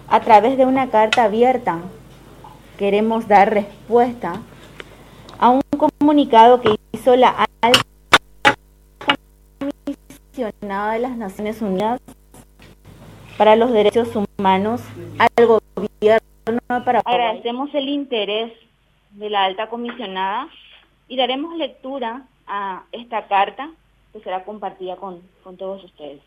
A través de una carta abierta, queremos dar respuesta a un comunicado que hizo la alta comisionada de las Naciones Unidas para los Derechos Humanos al gobierno de Paraguay. Agradecemos el interés de la alta comisionada y daremos lectura a esta carta que será compartida con todos ustedes.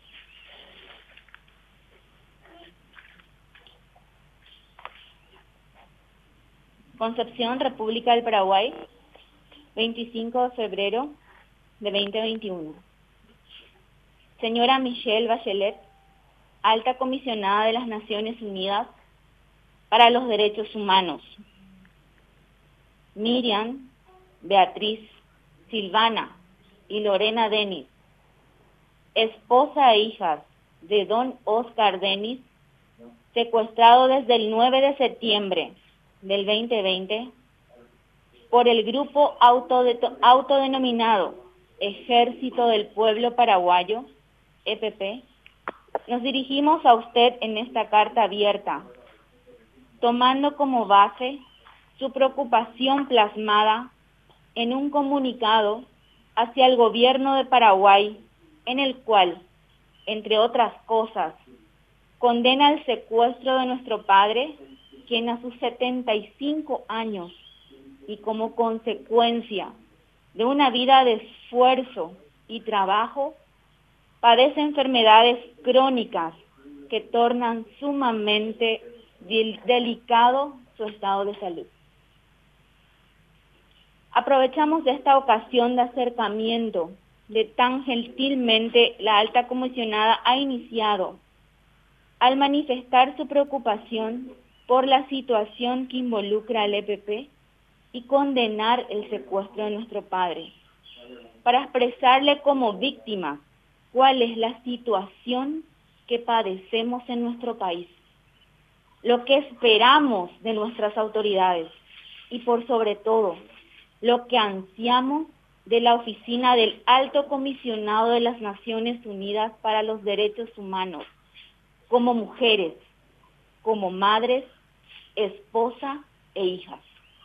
Concepción, República del Paraguay, 25 de febrero de 2021. Señora Michelle Bachelet, Alta Comisionada de las Naciones Unidas para los Derechos Humanos. Miriam, Beatriz, Silvana y Lorena Denis, esposa e hijas de don Oscar Denis, secuestrado desde el 9 de septiembre del 2020 por el grupo autodenominado Ejército del Pueblo Paraguayo, EPP, nos dirigimos a usted en esta carta abierta, tomando como base su preocupación plasmada en un comunicado hacia el gobierno de Paraguay, en el cual, entre otras cosas, condena el secuestro de nuestro padre, quien a sus 75 años y como consecuencia de una vida de esfuerzo y trabajo, padece enfermedades crónicas que tornan sumamente delicado su estado de salud. Aprovechamos de esta ocasión de acercamiento de tan gentilmente la alta comisionada ha iniciado al manifestar su preocupación por la situación que involucra al EPP y condenar el secuestro de nuestro padre, para expresarle como víctima cuál es la situación que padecemos en nuestro país, lo que esperamos de nuestras autoridades y por sobre todo lo que ansiamos de la Oficina del Alto Comisionado de las Naciones Unidas para los Derechos Humanos, como mujeres, como madres, esposas e hijas.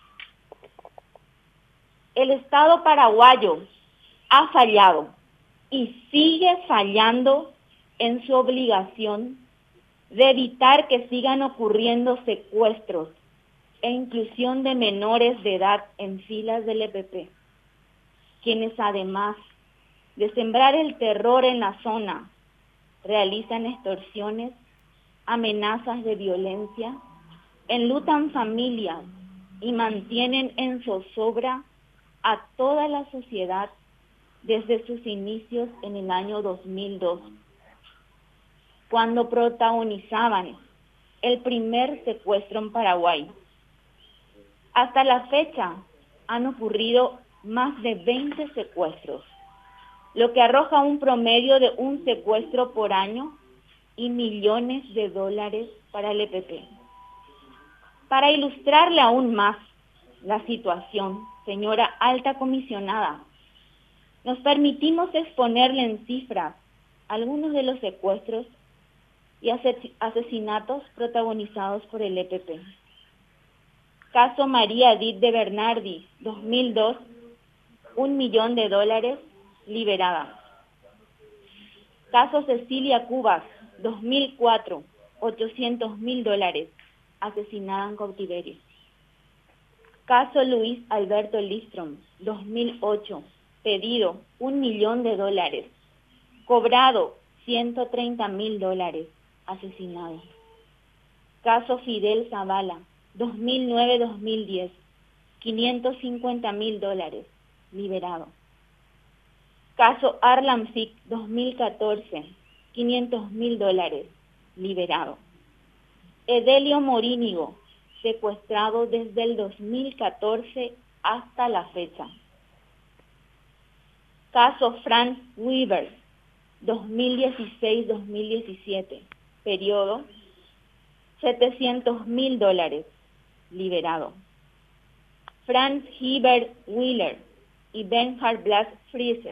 El Estado paraguayo ha fallado y sigue fallando en su obligación de evitar que sigan ocurriendo secuestros e inclusión de menores de edad en filas del EPP, quienes además de sembrar el terror en la zona, realizan extorsiones, amenazas de violencia, enlutan familias y mantienen en zozobra a toda la sociedad desde sus inicios en el año 2002, cuando protagonizaban el primer secuestro en Paraguay. Hasta la fecha han ocurrido más de 20 secuestros, lo que arroja un promedio de un secuestro por año y millones de dólares para el EPP. Para ilustrarle aún más la situación, señora alta comisionada, nos permitimos exponerle en cifras algunos de los secuestros y asesinatos protagonizados por el EPP. Caso María Edith de Bernardi, 2002, $1 millón, liberada. Caso Cecilia Cubas, 2004, $800,000, asesinada en cautiverio. Caso Luis Alberto Listrom, 2008, pedido $1 millón, cobrado $130,000, asesinado. Caso Fidel Zavala, 2009-2010, $550,000, liberado. Caso Arlan Fick, 2014, $500,000, liberado. Edelio Morínigo, secuestrado desde el 2014 hasta la fecha. Caso Franz Weber, 2016-2017, periodo $700,000, liberado. Franz Hibert Wheeler y Bernhard Blas Frieser,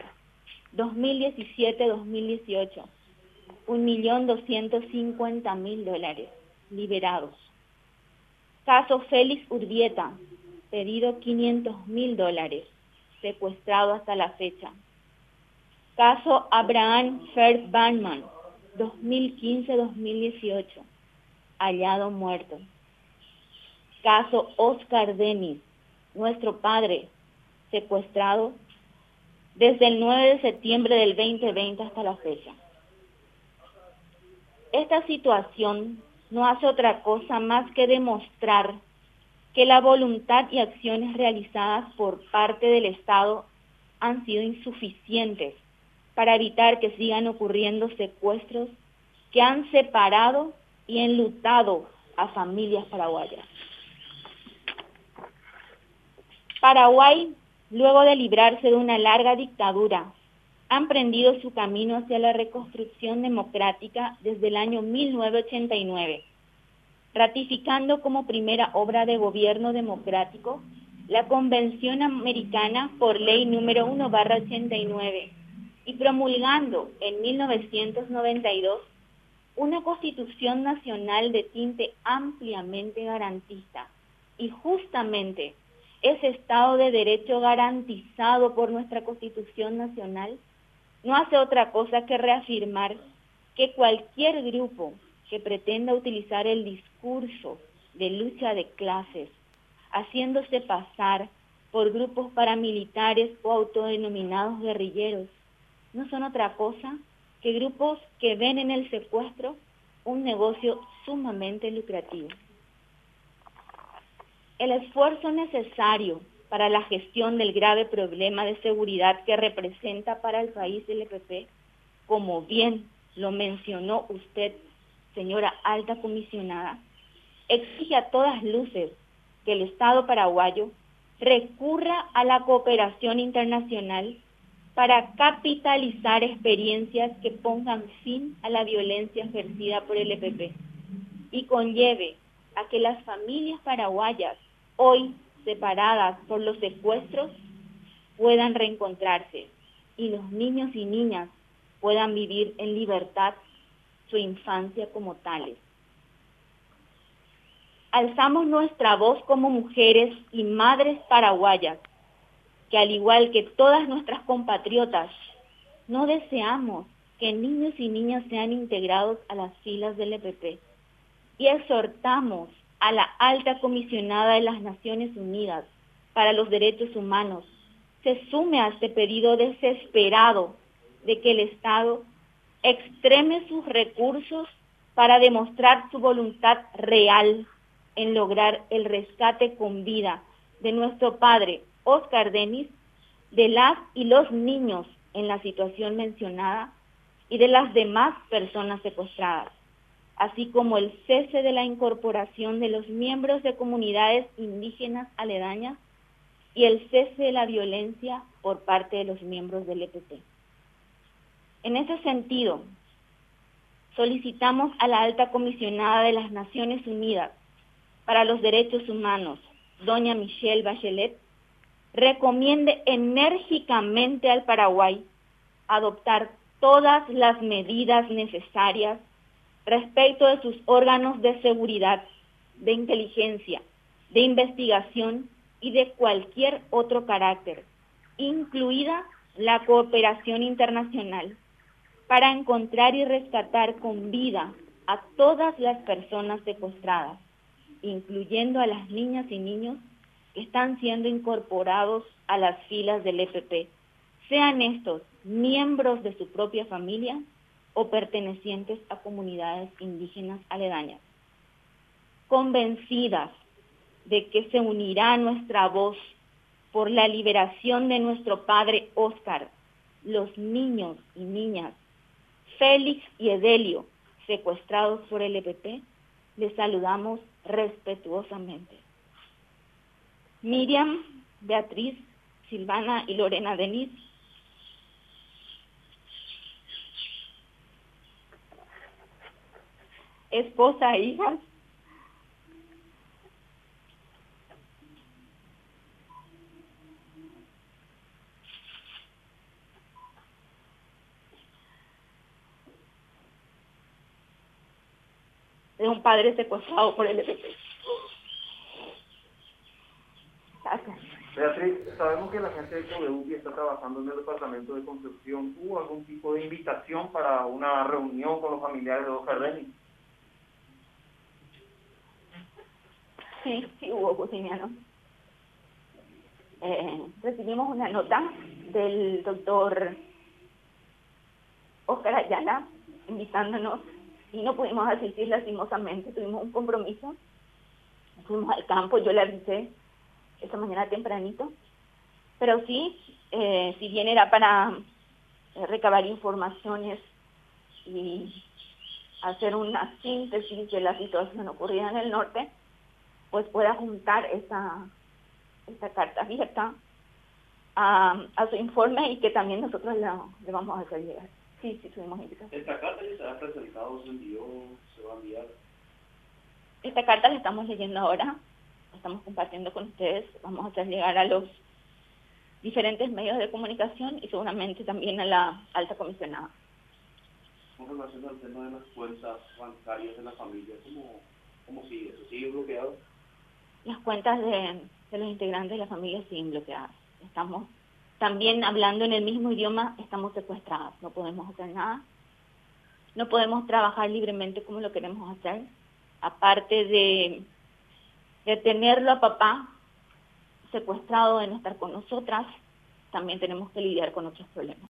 2017-2018, $1.250.000, liberados. Caso Félix Urbieta, pedido $500.000, secuestrado hasta la fecha. Caso Abraham Fer Banman, 2015-2018, hallado muerto. Caso Oscar Denis, nuestro padre, secuestrado desde el 9 de septiembre del 2020 hasta la fecha. Esta situación no hace otra cosa más que demostrar que la voluntad y acciones realizadas por parte del Estado han sido insuficientes para evitar que sigan ocurriendo secuestros que han separado y enlutado a familias paraguayas. Paraguay, luego de librarse de una larga dictadura, ha emprendido su camino hacia la reconstrucción democrática desde el año 1989, ratificando como primera obra de gobierno democrático la Convención Americana por Ley número 1/89 y promulgando en 1992 una Constitución Nacional de tinte ampliamente garantista. Y justamente ese Estado de Derecho garantizado por nuestra Constitución Nacional no hace otra cosa que reafirmar que cualquier grupo que pretenda utilizar el discurso de lucha de clases, haciéndose pasar por grupos paramilitares o autodenominados guerrilleros, no son otra cosa que grupos que ven en el secuestro un negocio sumamente lucrativo. El esfuerzo necesario para la gestión del grave problema de seguridad que representa para el país el EPP, como bien lo mencionó usted, señora alta comisionada, exige a todas luces que el Estado paraguayo recurra a la cooperación internacional para capitalizar experiencias que pongan fin a la violencia ejercida por el EPP y conlleve a que las familias paraguayas, hoy separadas por los secuestros, puedan reencontrarse y los niños y niñas puedan vivir en libertad su infancia como tales. Alzamos nuestra voz como mujeres y madres paraguayas, que al igual que todas nuestras compatriotas, no deseamos que niños y niñas sean integrados a las filas del EPP. Y exhortamos a la alta comisionada de las Naciones Unidas para los Derechos Humanos se sume a este pedido desesperado de que el Estado extreme sus recursos para demostrar su voluntad real en lograr el rescate con vida de nuestro padre Oscar Denis, de las y los niños en la situación mencionada y de las demás personas secuestradas, así como el cese de la incorporación de los miembros de comunidades indígenas aledañas y el cese de la violencia por parte de los miembros del EPP. En ese sentido, solicitamos a la alta comisionada de las Naciones Unidas para los Derechos Humanos, doña Michelle Bachelet, recomiende enérgicamente al Paraguay adoptar todas las medidas necesarias respecto de sus órganos de seguridad, de inteligencia, de investigación y de cualquier otro carácter, incluida la cooperación internacional, para encontrar y rescatar con vida a todas las personas secuestradas, incluyendo a las niñas y niños que están siendo incorporados a las filas del EPP, sean estos miembros de su propia familia o pertenecientes a comunidades indígenas aledañas. Convencidas de que se unirá nuestra voz por la liberación de nuestro padre Óscar, los niños y niñas Félix y Edelio, secuestrados por el EPP, les saludamos respetuosamente. Miriam, Beatriz, Silvana y Lorena Denis, esposa e hijas, de un padre secuestrado por el EPP. Gracias. Beatriz, sabemos que la gente de Codebuki está trabajando en el departamento de Concepción. ¿Hubo algún tipo de invitación para una reunión con los familiares de Oscar Dennis? Sí hubo, Justiniano. Recibimos una nota del doctor Oscar Ayala invitándonos y no pudimos asistir lastimosamente, tuvimos un compromiso, fuimos al campo, yo le avisé esta mañana tempranito, pero sí, si bien era para recabar informaciones y hacer una síntesis de la situación ocurrida en el norte, pues pueda juntar esta carta abierta a su informe y que también nosotros le vamos a hacer llegar. Sí, tuvimos invitación. ¿Esta carta que se ha presentado se envió, se va a enviar? Esta carta la estamos leyendo ahora, la estamos compartiendo con ustedes, vamos a hacer llegar a los diferentes medios de comunicación y seguramente también a la alta comisionada. Con relación al tema de las cuentas bancarias de la familia, ¿cómo sigue eso? ¿Sigue bloqueado? Las cuentas de los integrantes de la familia siguen bloqueadas. Estamos también hablando en el mismo idioma, estamos secuestradas, no podemos hacer nada, no podemos trabajar libremente como lo queremos hacer, aparte de tenerlo a papá secuestrado, de no estar con nosotras, también tenemos que lidiar con otros problemas.